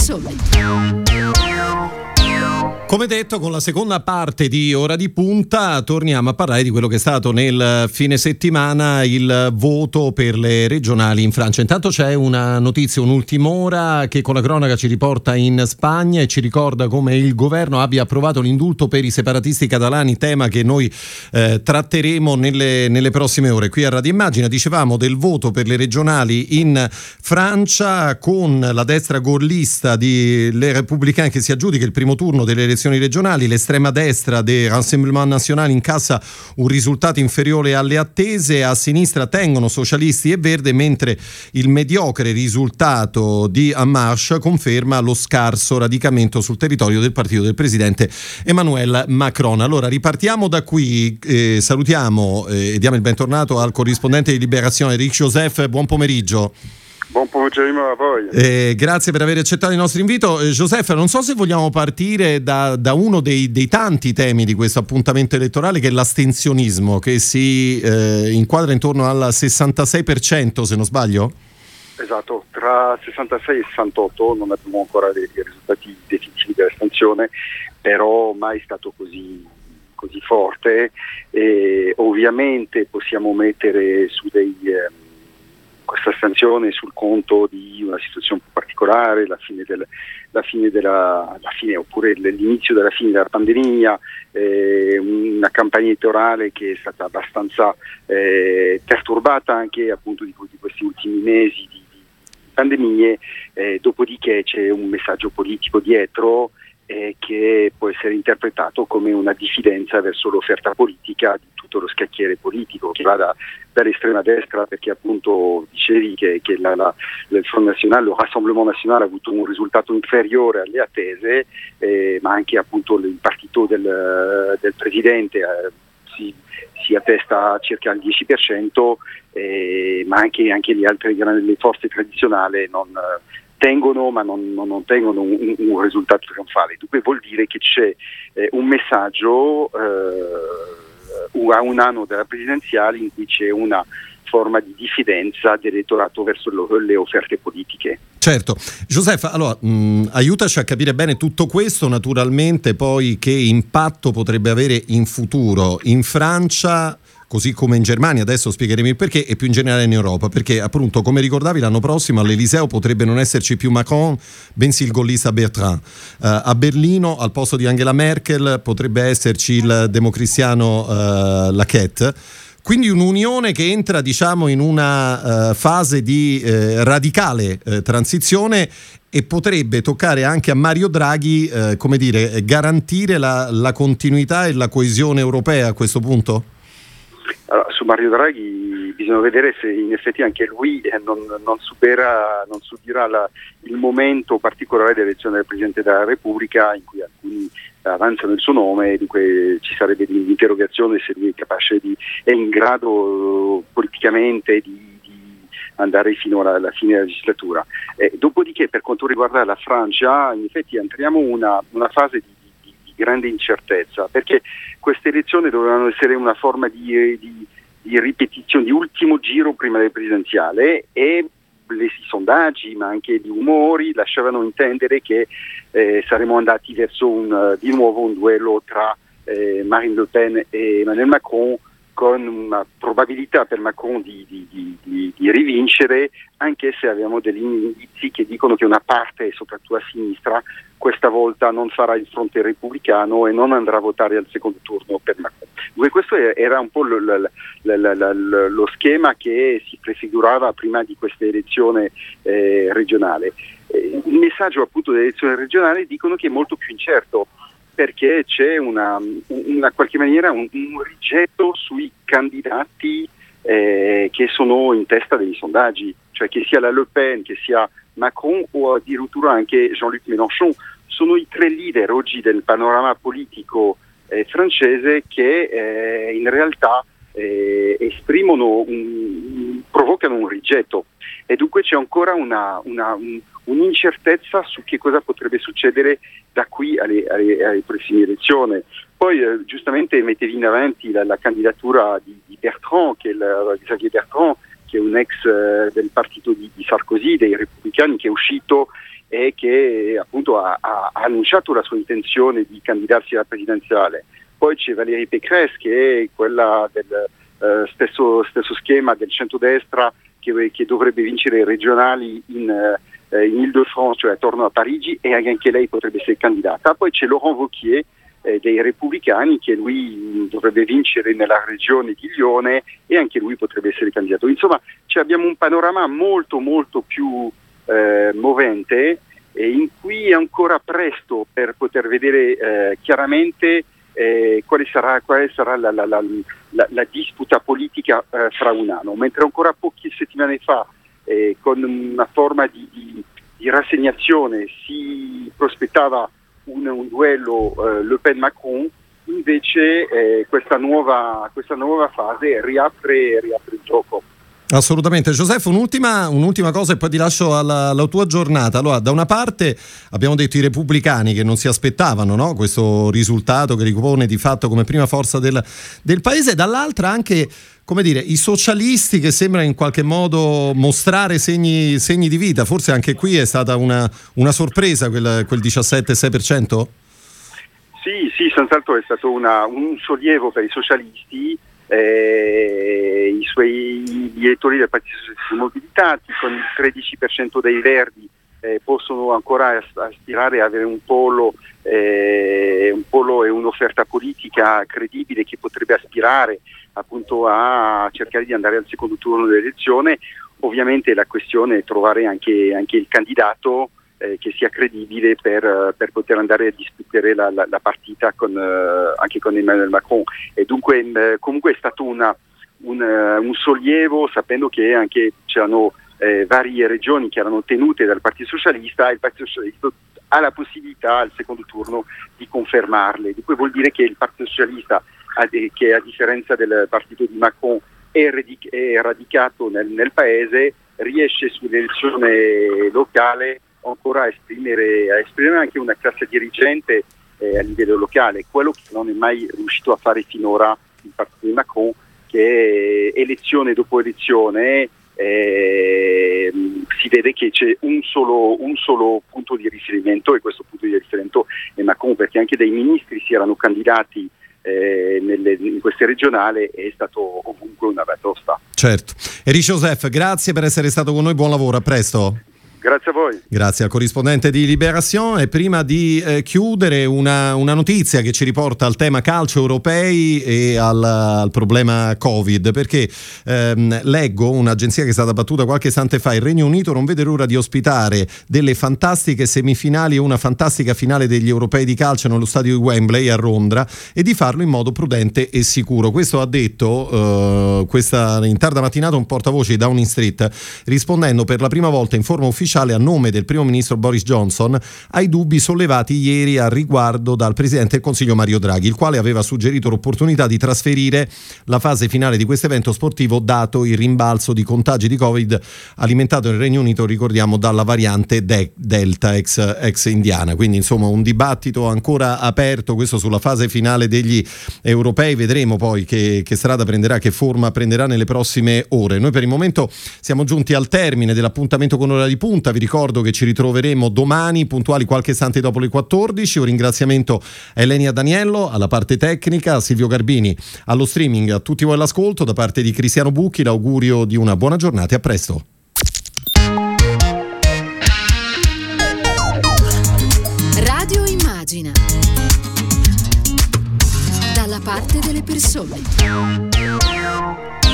Sole. Come detto, con la seconda parte di Ora di Punta torniamo a parlare di quello che è stato nel fine settimana il voto per le regionali in Francia. Intanto c'è una notizia, un'ultima ora, che con la cronaca ci riporta in Spagna e ci ricorda come il governo abbia approvato l'indulto per i separatisti catalani, tema che noi tratteremo nelle prossime ore. Qui a Radio Immagina dicevamo del voto per le regionali in Francia, con la destra gaullista di Les Républicains che si aggiudica il primo turno delle elezioni regionali. L'estrema destra del Rassemblement National incassa un risultato inferiore alle attese, a sinistra tengono socialisti e Verde, mentre il mediocre risultato di En Marche conferma lo scarso radicamento sul territorio del partito del presidente Emmanuel Macron. Allora ripartiamo da qui, salutiamo e diamo il bentornato al corrispondente di Liberazione Eric Joseph, buon pomeriggio. Buon pomeriggio a voi. Grazie per aver accettato il nostro invito. Joseph, non so se vogliamo partire da uno dei tanti temi di questo appuntamento elettorale, che è l'astensionismo, che si inquadra intorno al 66%, se non sbaglio? Esatto, tra 66 e 68 non abbiamo ancora dei risultati definitivi dell'astensione, però mai stato così forte, e ovviamente possiamo mettere su questa sanzione sul conto di una situazione un po' particolare, la fine oppure l'inizio della fine della pandemia, una campagna elettorale che è stata abbastanza perturbata anche appunto di questi ultimi mesi di pandemie, dopodiché c'è un messaggio politico dietro che può essere interpretato come una diffidenza verso l'offerta politica di tutto lo scacchiere politico, che va dall'estrema destra, perché appunto dicevi che il Front National, il Rassemblement National ha avuto un risultato inferiore alle attese, ma anche appunto il partito del presidente si attesta a circa il 10%, ma anche le altre grandi forze tradizionali non tengono, ma non tengono un risultato trionfale. Dunque vuol dire che c'è un messaggio a un anno della presidenziale in cui c'è una forma di diffidenza dell'elettorato verso le offerte politiche. Certo. Giuseppe, allora aiutaci a capire bene tutto questo, naturalmente poi che impatto potrebbe avere in futuro in Francia, così come in Germania, adesso spiegheremo il perché, e più in generale in Europa, perché appunto, come ricordavi, l'anno prossimo all'Eliseo potrebbe non esserci più Macron, bensì il gaullista Bertrand. A Berlino, al posto di Angela Merkel, potrebbe esserci il democristiano Laschet. Quindi un'unione che entra, diciamo, in una fase di radicale transizione, e potrebbe toccare anche a Mario Draghi, garantire la continuità e la coesione europea a questo punto? Allora, su Mario Draghi bisogna vedere se in effetti anche lui non subirà il momento particolare dell'elezione del Presidente della Repubblica, in cui alcuni avanzano il suo nome, e dunque ci sarebbe l'interrogazione se lui è in grado politicamente di andare fino alla fine della legislatura. Dopodiché, per quanto riguarda la Francia, in effetti entriamo in una fase di grande incertezza, perché queste elezioni dovevano essere una forma di ripetizione, di ultimo giro prima del presidenziale, e i sondaggi, ma anche gli umori, lasciavano intendere che saremmo andati verso di nuovo un duello tra Marine Le Pen e Emmanuel Macron, con una probabilità per Macron di rivincere, anche se abbiamo degli indizi che dicono che una parte, soprattutto a sinistra, questa volta non farà il fronte repubblicano e non andrà a votare al secondo turno per Macron. Dunque questo era un po' lo schema che si prefigurava prima di questa elezione regionale. Il messaggio appunto dell'elezione regionale dicono che è molto più incerto, perché c'è una qualche maniera un rigetto sui candidati che sono in testa dei sondaggi, cioè che sia la Le Pen, che sia Macron o addirittura anche Jean-Luc Mélenchon. Sono i tre leader oggi del panorama politico francese che in realtà provocano un rigetto, e dunque c'è ancora un'incertezza su che cosa potrebbe succedere da qui alle prossime elezioni. Poi giustamente mettevi in avanti la candidatura di Bertrand, Xavier Bertrand, che è un ex del partito di Sarkozy, dei Repubblicani, che è uscito e che appunto ha annunciato la sua intenzione di candidarsi alla presidenziale. Poi c'è Valérie Pécresse, che è quella del stesso schema del centrodestra che dovrebbe vincere i regionali in Ile-de-France, cioè attorno a Parigi, e anche lei potrebbe essere candidata. Poi c'è Laurent Wauquiez dei Repubblicani, che lui dovrebbe vincere nella regione di Lione e anche lui potrebbe essere candidato. Insomma, abbiamo un panorama molto molto più movente, in cui è ancora presto per poter vedere chiaramente quale sarà la disputa politica fra un anno, mentre ancora poche settimane fa con una forma di rassegnazione si prospettava un duello Le Pen-Macron. Invece questa nuova fase riapre il gioco. Assolutamente. Giuseppe, un'ultima cosa e poi ti lascio alla tua giornata. Allora, da una parte abbiamo detto i repubblicani che non si aspettavano, no? Questo risultato che ripone di fatto come prima forza del paese, dall'altra anche, come dire, i socialisti che sembrano in qualche modo mostrare segni di vita. Forse anche qui è stata una sorpresa quel 17,6%? Sì, senz'altro è stato un sollievo per i socialisti. Gli elettori del Partito Socialista sono mobilitati, con il 13% dei Verdi possono ancora aspirare a avere un polo e un'offerta politica credibile che potrebbe aspirare appunto a cercare di andare al secondo turno dell'elezione. Ovviamente la questione è trovare anche il candidato che sia credibile per poter andare a discutere la partita anche con Emmanuel Macron. E dunque comunque è stato un sollievo, sapendo che anche c'erano varie regioni che erano tenute dal Partito Socialista, e il Partito Socialista ha la possibilità al secondo turno di confermarle. Dunque vuol dire che il Partito Socialista, che a differenza del partito di Macron è radicato nel paese, riesce sull'elezione locale ancora a esprimere anche una classe dirigente a livello locale, quello che non è mai riuscito a fare finora il partito di Macron, che elezione dopo elezione si vede che c'è un solo punto di riferimento, e questo punto di riferimento è Macron, perché anche dei ministri si erano candidati in queste regionali, e è stato ovunque una batosta. Certo. Enrico Joseph, grazie per essere stato con noi, buon lavoro, a presto. Grazie a voi. Grazie al corrispondente di Libération. E prima di chiudere una notizia che ci riporta al tema calcio europei e al problema Covid, perché leggo un'agenzia che è stata battuta qualche istante fa: il Regno Unito non vede l'ora di ospitare delle fantastiche semifinali e una fantastica finale degli europei di calcio nello stadio di Wembley a Londra, e di farlo in modo prudente e sicuro. Questo ha detto questa in tarda mattinata un portavoce di Downing Street, rispondendo per la prima volta in forma ufficiale a nome del primo ministro Boris Johnson ai dubbi sollevati ieri al riguardo dal presidente del Consiglio Mario Draghi, il quale aveva suggerito l'opportunità di trasferire la fase finale di questo evento sportivo, dato il rimbalzo di contagi di Covid alimentato nel Regno Unito, ricordiamo, dalla variante Delta ex indiana. Quindi insomma un dibattito ancora aperto questo sulla fase finale degli europei. Vedremo poi che strada prenderà, che forma prenderà nelle prossime ore. Noi per il momento siamo giunti al termine dell'appuntamento con Ora di Punta. Vi ricordo che ci ritroveremo domani puntuali qualche istante dopo le 14. Un ringraziamento a Elenia Daniello alla parte tecnica, a Silvio Garbini allo streaming, a tutti voi all'ascolto. Da parte di Cristiano Bucchi l'augurio di una buona giornata e a presto. Radio Immagina, dalla parte delle persone.